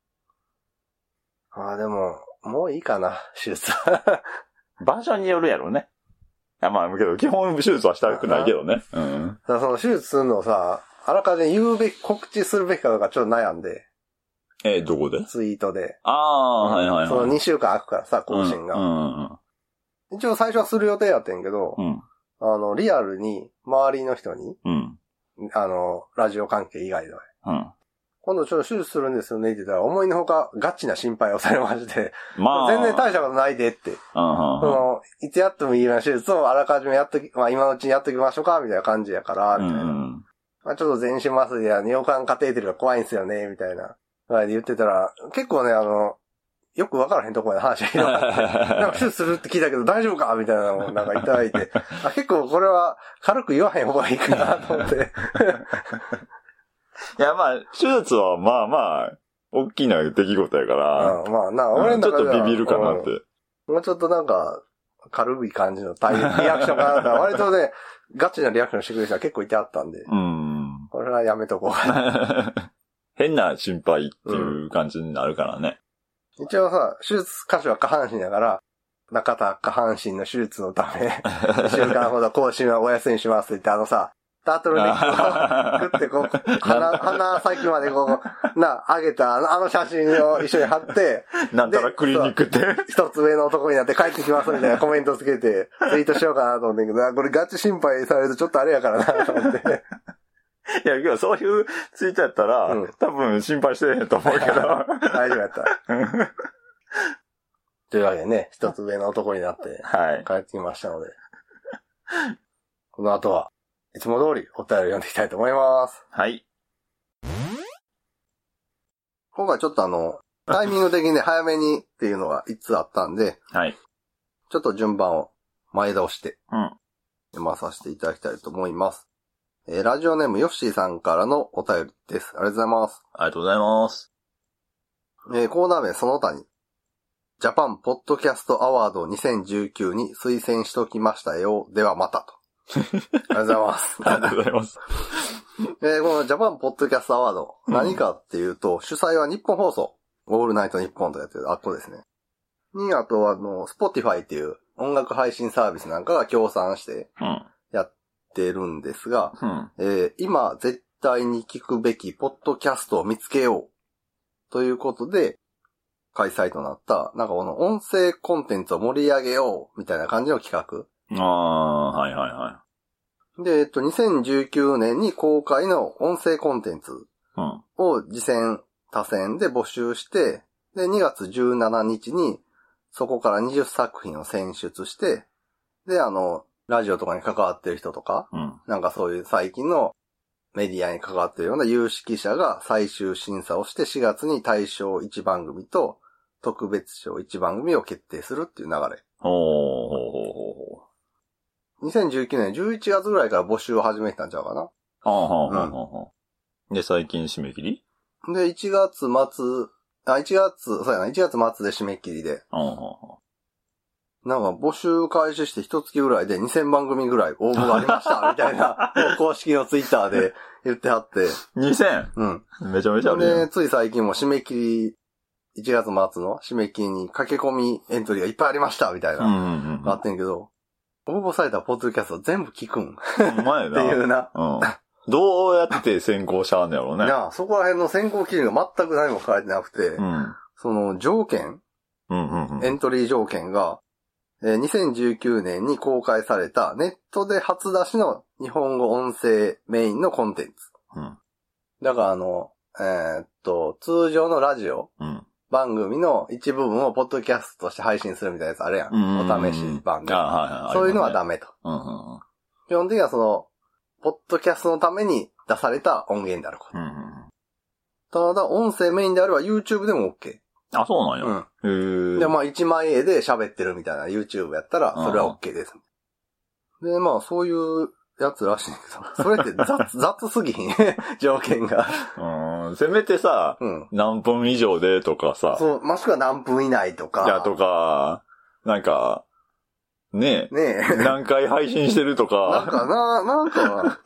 でも、もういいかな、手術。 場所によるやろね。まあ、けど基本手術はしたくないけどね。 だからその手術するのをさ、あらかじめ告知するべきかどうかちょっと悩んで。 どこで？ ツイートで。 はいはいはい。 その2週間空くからさ、更新が。一応最初はする予定やってんけど、リアルに周りの人に、ラジオ関係以外では。今度ちょっと手術するんですよねって言ったら、思いのほかガチな心配をされまして、全然大したことないでって。いつやってもいいような手術をあらかじめ今のうちにやっときましょうかみたいな感じやから、みたいな。ちょっと全身麻酔や尿管カテーテルが怖いんですよね、みたいな。で言ってたら、結構ね、よくわからへんところで話が広がって、なんか手術するって聞いたけど大丈夫かみたいなのをなんかいただいて、結構これは軽く言わへん方がいいかなと思って。 いや、まあ、手術はまあまあ、大きな出来事やから、 俺の中ではちょっとビビるかなって。 もうちょっとなんか、軽い感じのリアクションかなと割とね、ガチなリアクションしてくれる人は結構いてあったんで、これはやめとこうかな。 変な心配っていう感じになるからね。 一応さ、手術箇所は下半身だから、中田下半身の手術のため、1週間ほど更新はお休みしますって言って、タートルネックを食って鼻先まで上げた写真を一緒に貼って、 なんたらクリニックって。 一つ上の男になって帰ってきますみたいなコメントつけて、ツイートしようかなと思ってんけど、これガチ心配されるとちょっとあれやからなと思って。 いや、けどそういうツイートやったら、多分心配してへんと思うけど。 大丈夫やった。というわけでね、一つ上の男になって、帰ってきましたので。この後は、いつも通りお便り読んでいきたいと思います。 はい。 今回ちょっとタイミング的に早めにっていうのが一つあったんで、ちょっと順番を前倒して、読まさせていただきたいと思います。ラジオネームヨッシーさんからのお便りです。ありがとうございます。 ありがとうございます。 コーナー名その他に、ジャパンポッドキャストアワード2019に推薦しときましたよ。ではまたと。ありがとうございます。 ありがとうございます。 このジャパンポッドキャストアワード、何かっていうと、主催は日本放送、オールナイト日本とやってる、あっこですね。あとはSpotify っていう音楽配信サービスなんかが協賛してやってるんですが、今絶対に聞くべきポッドキャストを見つけようということで開催となった、なんかこの音声コンテンツを盛り上げようみたいな感じの企画。 はいはいはい。 で、2019年に公開の音声コンテンツを次戦他戦で募集して、で、2月17日にそこから20作品を選出して、で、ラジオとかに関わってる人とか、なんかそういう最近のメディアに関わってるような有識者が最終審査をして4月に大賞1番組と特別賞1番組を決定するっていう流れ。2019年11月ぐらいから募集を始めてたんちゃうかな。 で、最近締め切り？ で、1月末で締め切りで。なんか募集開始して1月ぐらいで2000番組ぐらい応募がありましたみたいな公式のツイッターで言ってはって。 2000？めちゃめちゃあるね。 で、つい最近も締め切り、1月末の締め切りに駆け込みエントリーがいっぱいありましたみたいながあってんけど、応募されたポッドキャスト全部聞くん。 お前な。 っていうな。 どうやって選考しゃあんねやろうね。 そこら辺の選考基準が全く何も書かれてなくて、その条件、エントリー条件が、2019年に公開されたネットで初出しの日本語音声メインのコンテンツ。だから通常のラジオ番組の一部分をポッドキャストとして配信するみたいなやつあるやん。お試し番組。そういうのはダメと。基本的にはポッドキャストのために出された音源であること。ただ、音声メインであれば YouTube でも OK。 あ、そうなんや。 で、まあ1万円で喋ってるみたいな YouTube やったら、それは OK です。で、まあそういうやつらしいけど、それって雑すぎひん条件が。 せめてさ、何分以上でとかさ。 そう、もしくは何分以内とか。 いや、とか、なんか、ねえ。何回配信してるとか。 なんか、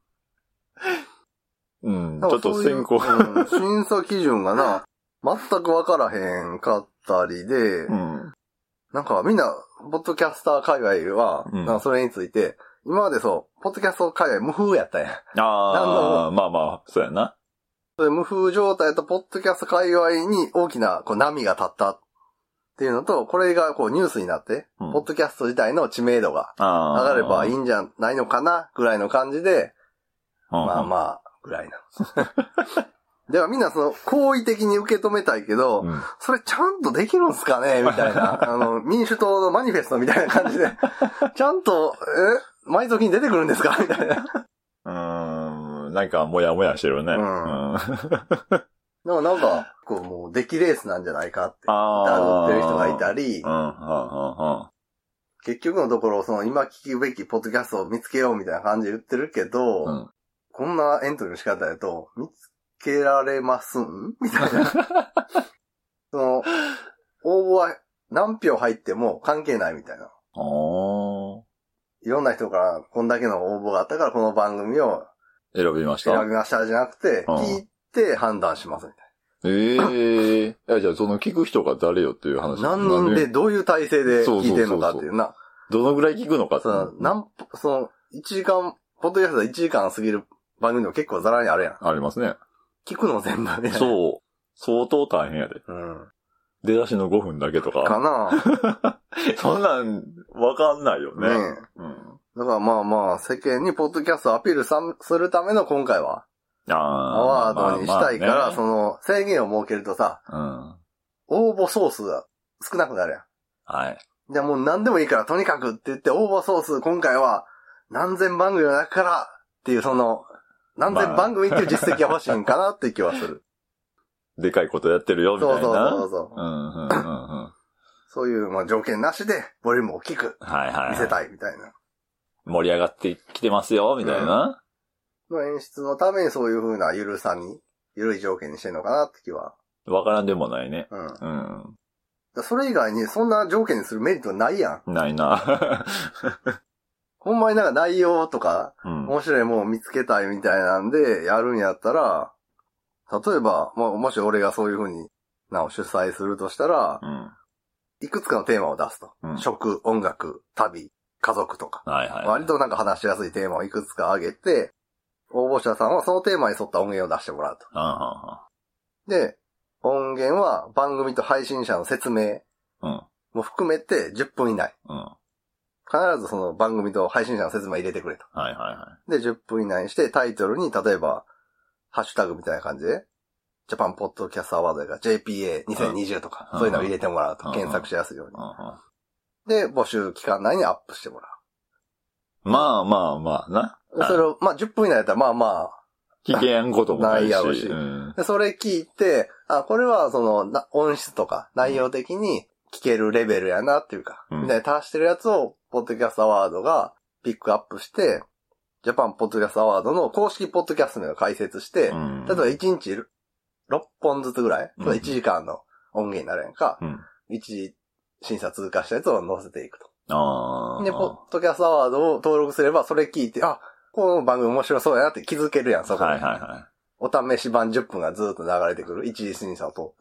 ちょっと先行。 審査基準がな、全くわからへんかったりで、なんかみんな、ポッドキャスター界隈は、なんかそれについて、今までポッドキャスト界隈無風やったやん。 まあ、そうやな。 無風状態とポッドキャスト界隈に大きな波が立ったっていうのと、これがニュースになって、ポッドキャスト自体の知名度が上がればいいんじゃないのかな、ぐらいの感じで、まあ、ぐらいな。ではみんな好意的に受け止めたいけど、それちゃんとできるんすかねみたいな。民主党のマニフェストみたいな感じで、ちゃんと、毎月に出てくるんですかみたいな。 なんか、もやもやしてるね。 でもなんか、もう、出来レースなんじゃないかって疑ってる人がいたり、結局のところ、今聞くべきポッドキャストを見つけようみたいな感じで言ってるけど、こんなエントリーの仕方だと、見つけられますんみたいな。応募は何票入っても関係ないみたいな。いろんな人からこんだけの応募があったからこの番組を選びましたじゃなくて、聞いて判断しますみたいな。じゃあ聞く人が誰よっていう話。 何人でどういう体制で聞いてるのかっていうな。 どのぐらい聞くのかっていう。 1時間、ポッドキャスト1時間過ぎる番組でも結構ザラにあるやん。 ありますね。 聞くの全部ね。 そう。相当大変やで。出だしの5分だけとか。 かなそんなん、わかんないよね。 だからまあ、世間にポッドキャストをアピールするための今回は、アワードにしたいから、制限を設けるとさ、応募総数が少なくなるやん。 はい。 じゃあもう何でもいいからとにかくって言って応募総数今回は何千番組の中からっていう何千番組っていう実績が欲しいんかなって気はする。 でかいことやってるよ、みたいな。 そう。そういう、条件なしで、ボリュームを大きく見せたいみたいな。 盛り上がってきてますよ、みたいな。 の演出のためにそういう風な緩い条件にしてんのかなって気は。 わからんでもないね。 それ以外にそんな条件にするメリットないやん。 ないな。 ほんまになんか内容とか、面白いものを見つけたいみたいなんでやるんやったら、例えば、もし俺がそういう風に主催するとしたら、いくつかのテーマを出すと。食、音楽、旅、家族とか。割となんか話しやすいテーマをいくつか挙げて、応募者さんはそのテーマに沿った音源を出してもらうと。で、音源は番組と配信者の説明も含めて10分以内。必ずその番組と配信者の説明入れてくれと。で、10分以内にしてタイトルに例えば、ハッシュタグみたいな感じで、ジャパンポッドキャストアワードが JPA2020 とか、そういうのを入れてもらうと。検索しやすいように。で、募集期間内にアップしてもらう。 まあな。 それを、10分以内だったら聞けんこともないやろし。 で、それ聞いて、これは音質とか内容的に聞けるレベルやなっていうか、みたいに達してるやつを、ポッドキャストアワードがピックアップして、ジャパンポッドキャストアワードの公式ポッドキャストの解説して、例えば1日6本ずつぐらい、1時間の音源になるやんか、1次審査通過したやつを載せていくと。で、ポッドキャストアワードを登録すれば、それ聞いて、この番組面白そうやなって気づけるやん、そこで。お試し版10分がずっと流れてくる。一次審査を通った。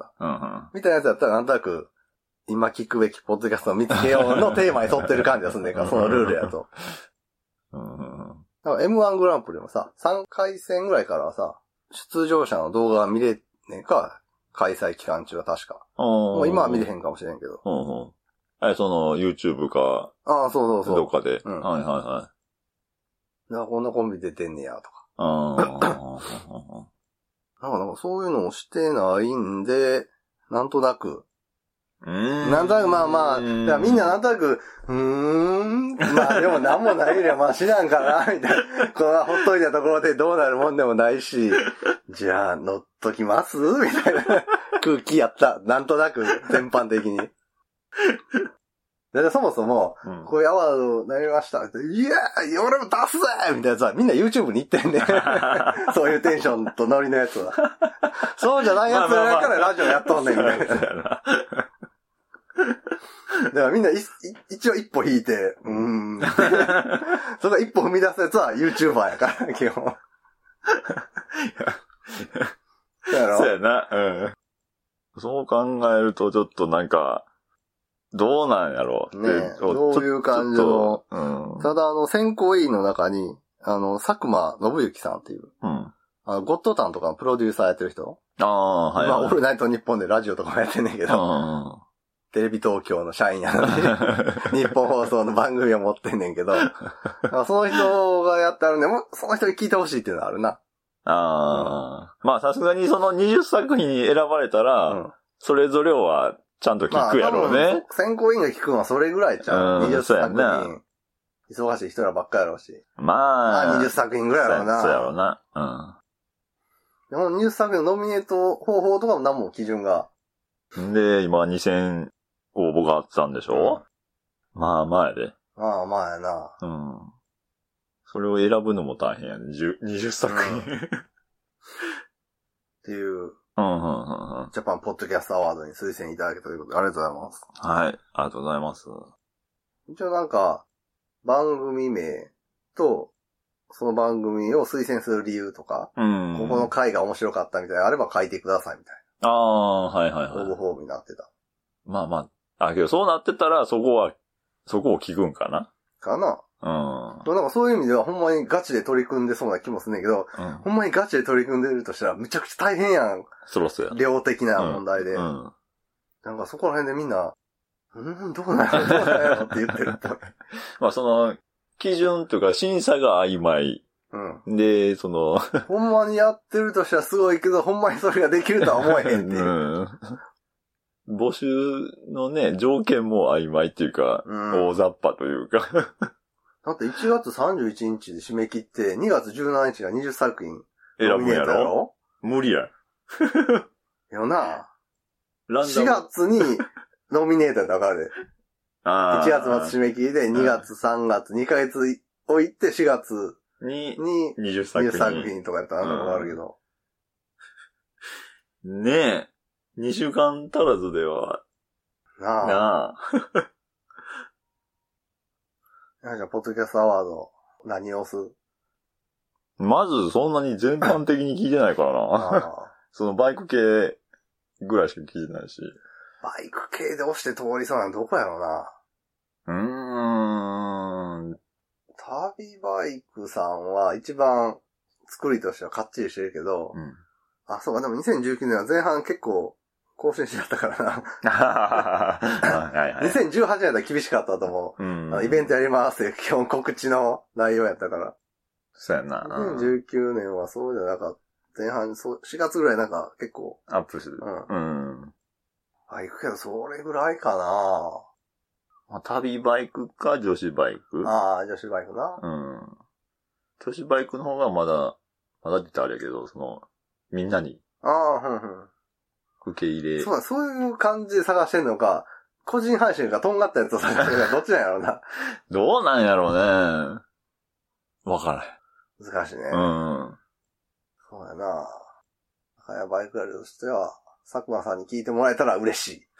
みたいなやつだったらなんとなく、今聞くべきポッドキャストを見つけようのテーマに沿ってる感じがすんねんから、そのルールやと。M1 グランプリもさ、3回戦ぐらいからはさ、出場者の動画が見れねえか、開催期間中は確か。もう今は見れへんかもしれんけど。 YouTube か。 そう。 どっかで。 こんなコンビ出てんねや、とか。なんかそういうのをしてないんで、 なんとなく。なんとなく、まあまあ、みんななんとなく、まあでもなんもないよりはまあ知らんからな、みたいな。このほっといたところでどうなるもんでもないし、じゃあ乗っときますみたいな空気やった。なんとなく、全般的に。でそもそも、こういうアワードになりました。いやー俺も出すぜみたいなさ、みんな YouTube に行ってんね。そういうテンションとノリのやつは。そうじゃないやつやからラジオやっとんねん、みたいな。だからみんな一応一歩引いて、それが一歩踏み出すやつは YouTuber やから、基本。 そうやろ？そうやな。そう考えるとちょっとなんか、どうなんやろう。 ねどういう感じの。ただ選考委員の中に、佐久間信之さんっていう、ゴッドタンとかのプロデューサーやってる人。まあ、オールナイトニッポンでラジオとかもやってんねんけど、テレビ東京の社員やのに、日本放送の番組を持ってんねんけど、その人がやってあるんで、その人に聞いてほしいっていうのはあるな。 まあ、さすがにその20作品に選ばれたら、それぞれはちゃんと聞くやろうね。 選考委員が聞くのはそれぐらいじゃん。20作品。忙しい人らばっかやろうし。まあ、20作品ぐらいやろうな。 そうやろうな。 でも20作品のノミネート方法とかも何も基準が。 で、今2000応募があったんでしょ？まあまあやで。 まあまあやな。 それを選ぶのも大変やね。20作品。 っていう。ジャパンポッドキャストアワードに推薦いただけたということで、ありがとうございます。 はい、ありがとうございます。 一応なんか、番組名と、その番組を推薦する理由とか、ここの回が面白かったみたいなのあれば書いてくださいみたいな。 はいはいはい。 応募フォームになってた。 まあまあ、けどそうなってたら、そこを聞くんかな？ かな。なんかそういう意味ではほんまにガチで取り組んでそうな気もするんだけど、ほんまにガチで取り組んでるとしたらめちゃくちゃ大変やん。 そうや。 量的な問題で。なんかそこら辺でみんな、どうなんやろって言ってるっぽい。 まあその、基準というか審査が曖昧。で、ほんまにやってるとしたらすごいけど、ほんまにそれができるとは思えへんっていう。 募集のね、条件も曖昧っていうか、大雑把というか。 だって1月31日で締め切って、2月17日が20作品。 選ぶんやろ？無理や。 よな。4月にノミネートやったら分かるで。1月末締め切りで2月3月2ヶ月置いて4月に20作品とかやったら分かるけど。 ねえ。2週間足らずでは。なあ。 じゃあ、ポッドキャストアワード、何をす？ まず、そんなに全般的に聞いてないからな。そのバイク系ぐらいしか聞いてないし。 バイク系で押して通りそうなのどこやろうな。旅バイクさんは一番作りとしてはかっちりしてるけど、そうか、でも2019年は前半結構更新しちゃったからな。2018年だったら厳しかったと思う。イベントやりますって基本告知の内容やったから。 そうやな。 2019年はそうじゃなかった。前半、4月ぐらいなんか結構。 アップする。 行くけどそれぐらいかな。旅バイクか女子バイク？ 女子バイクな。 女子バイクの方がまだって言ったらあれやけど、みんなに。受け入れ。 そういう感じで探してんのか、個人配信がとんがったやつを探してるのか、どっちなんやろうな。 どうなんやろうね。わからへん。難しいね。そうやな。赤やバイクやりとしては、佐久間さんに聞いてもらえたら嬉しい。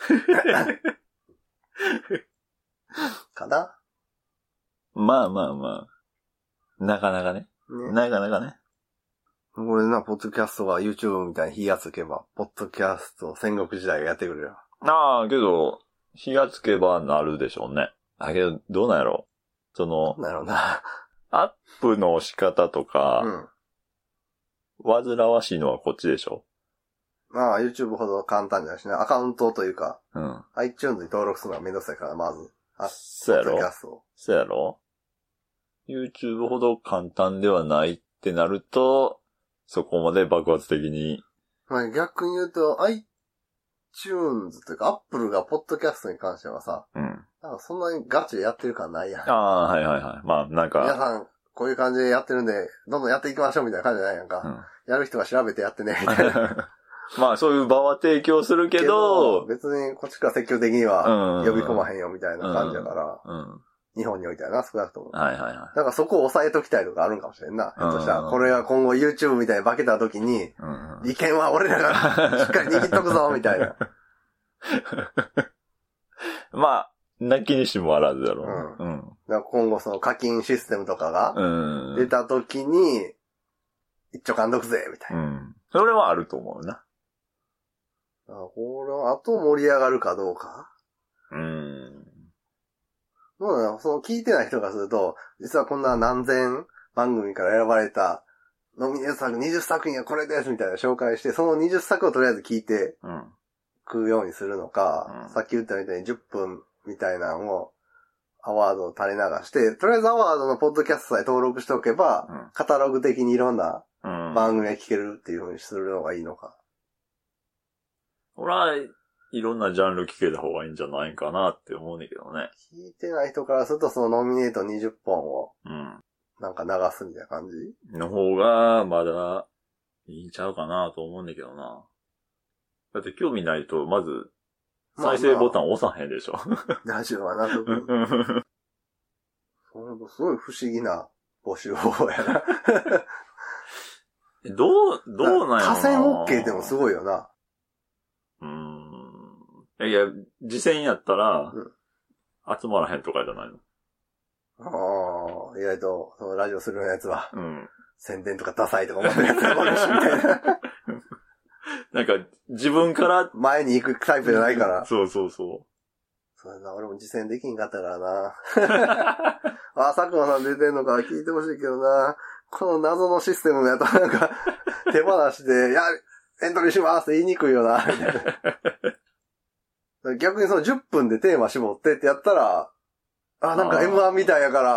かな？ まあ。なかなかね。なかなかね。 これな、ポッドキャストが YouTube みたいに火がつけば、ポッドキャスト戦国時代がやってくるよ。 けど、火がつけばなるでしょうね。けど、どうなんやろどうなんやろな。 アップの仕方とか、煩わしいのはこっちでしょ。 YouTube ほど簡単じゃないしね。アカウントというか、iTunes に登録するのがめんどくさいから、まず。 そうやろ ?YouTube ほど簡単ではないってなると、そこまで爆発的に。 逆に言うと、 iTunes というか Apple がポッドキャストに関してはさ、なんかそんなにガチでやってる感ないやん。 ああ、はいはいはい。まあなんか。 皆さん、こういう感じでやってるんで、どんどんやっていきましょうみたいな感じじゃないやんか。やる人が調べてやってね、みたいな。 まあそういう場は提供するけど、 別にこっちから積極的には呼び込まへんよみたいな感じだから、日本においてはな、少なくとも。 はいはいはい。 だからそこを抑えときたいとかあるんかもしれんな。ひょっとしたら、これが今後 YouTube みたいに化けた時に、利権は俺らがしっかり握っとくぞ、みたいな。 まあ、なきにしもあらずだろう。 だから今後その課金システムとかが出た時に、一丁監督ぜ、みたいな。 それはあると思うな。 これは後盛り上がるかどうか。どうなの？その聞いてない人がすると、実はこんな何千番組から選ばれたノミネート作20作品はこれですみたいな紹介して、その20作をとりあえず聞いてくようにするのか、さっき言ったみたいに10分みたいなのをアワードを垂れ流して、とりあえずアワードのポッドキャストさえ登録しておけば、カタログ的にいろんな番組が聞けるっていう風にするのがいいのか。 俺はいろんなジャンル聞けた方がいいんじゃないかなって思うねんけどね。 聞いてない人からするとそのノミネート20本をなんか流すみたいな感じの方がまだいいんちゃうかなと思うんだけどな。だって興味ないとまず再生ボタン押さへんでしょ。 ラジオはな、特に。すごい不思議な募集方法やな。 どうなんやろな。 河川 OK でもすごいよな。 いや、次戦やったら、集まらへんとかじゃないの？ 意外と、そのラジオするようなやつは、宣伝とかダサいとか思ってるやつがおるし、みたいな。 なんか、自分から前に行くタイプじゃないから。 そう。 そうやな、俺も実践できんかったからな。佐久間さん出てんのか聞いてほしいけどな。この謎のシステムやとなんか、手放しで、エントリーしますって言いにくいよな、みたいな。逆にその10分でテーマ絞ってってやったら、なんか M1 みたいやから、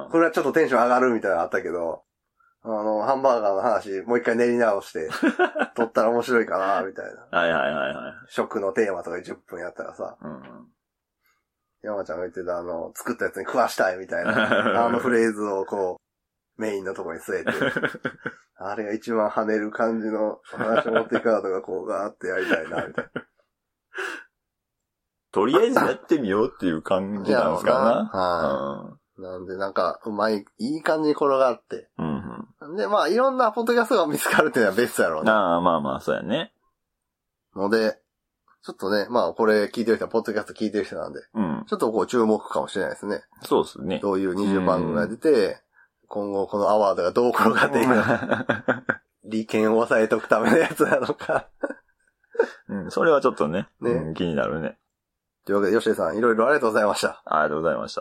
これはちょっとテンション上がるみたいなのあったけど、ハンバーガーの話、もう一回練り直して、撮ったら面白いかな、みたいな。 はい。 食のテーマとか10分やったらさ、山ちゃんが言ってた作ったやつに食わしたいみたいな、フレーズをこう、メインのとこに据えて、あれが一番跳ねる感じの話を持っていかとかこうガーってやりたいな、みたいな。 とりあえずやってみようっていう感じなんですかな。 なんでなんか、いい感じに転がって。で、まあいろんなポッドキャストが見つかるっていうのはベストやろうね。 まあ、そうやね。 ので、ちょっとね、まあこれ聞いてる人はポッドキャスト聞いてる人なんで、ちょっとこう注目かもしれないですね。 そうですね。 どういう20番組が出て、今後このアワードがどう転がっていくのか。利権を抑えとくためのやつなのか。 それはちょっとね、気になるね。 というわけで、吉江さん、いろいろありがとうございました。 ありがとうございました。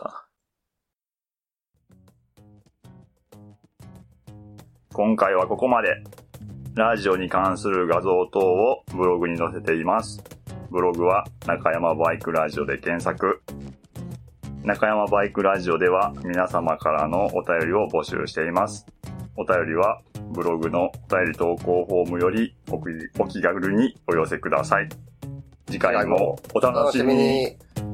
今回はここまで。ラジオに関する画像等をブログに載せています。ブログは中山バイクラジオで検索。中山バイクラジオでは皆様からのお便りを募集しています。お便りはブログのお便り投稿フォームよりお気軽にお寄せください。次回もお楽しみに。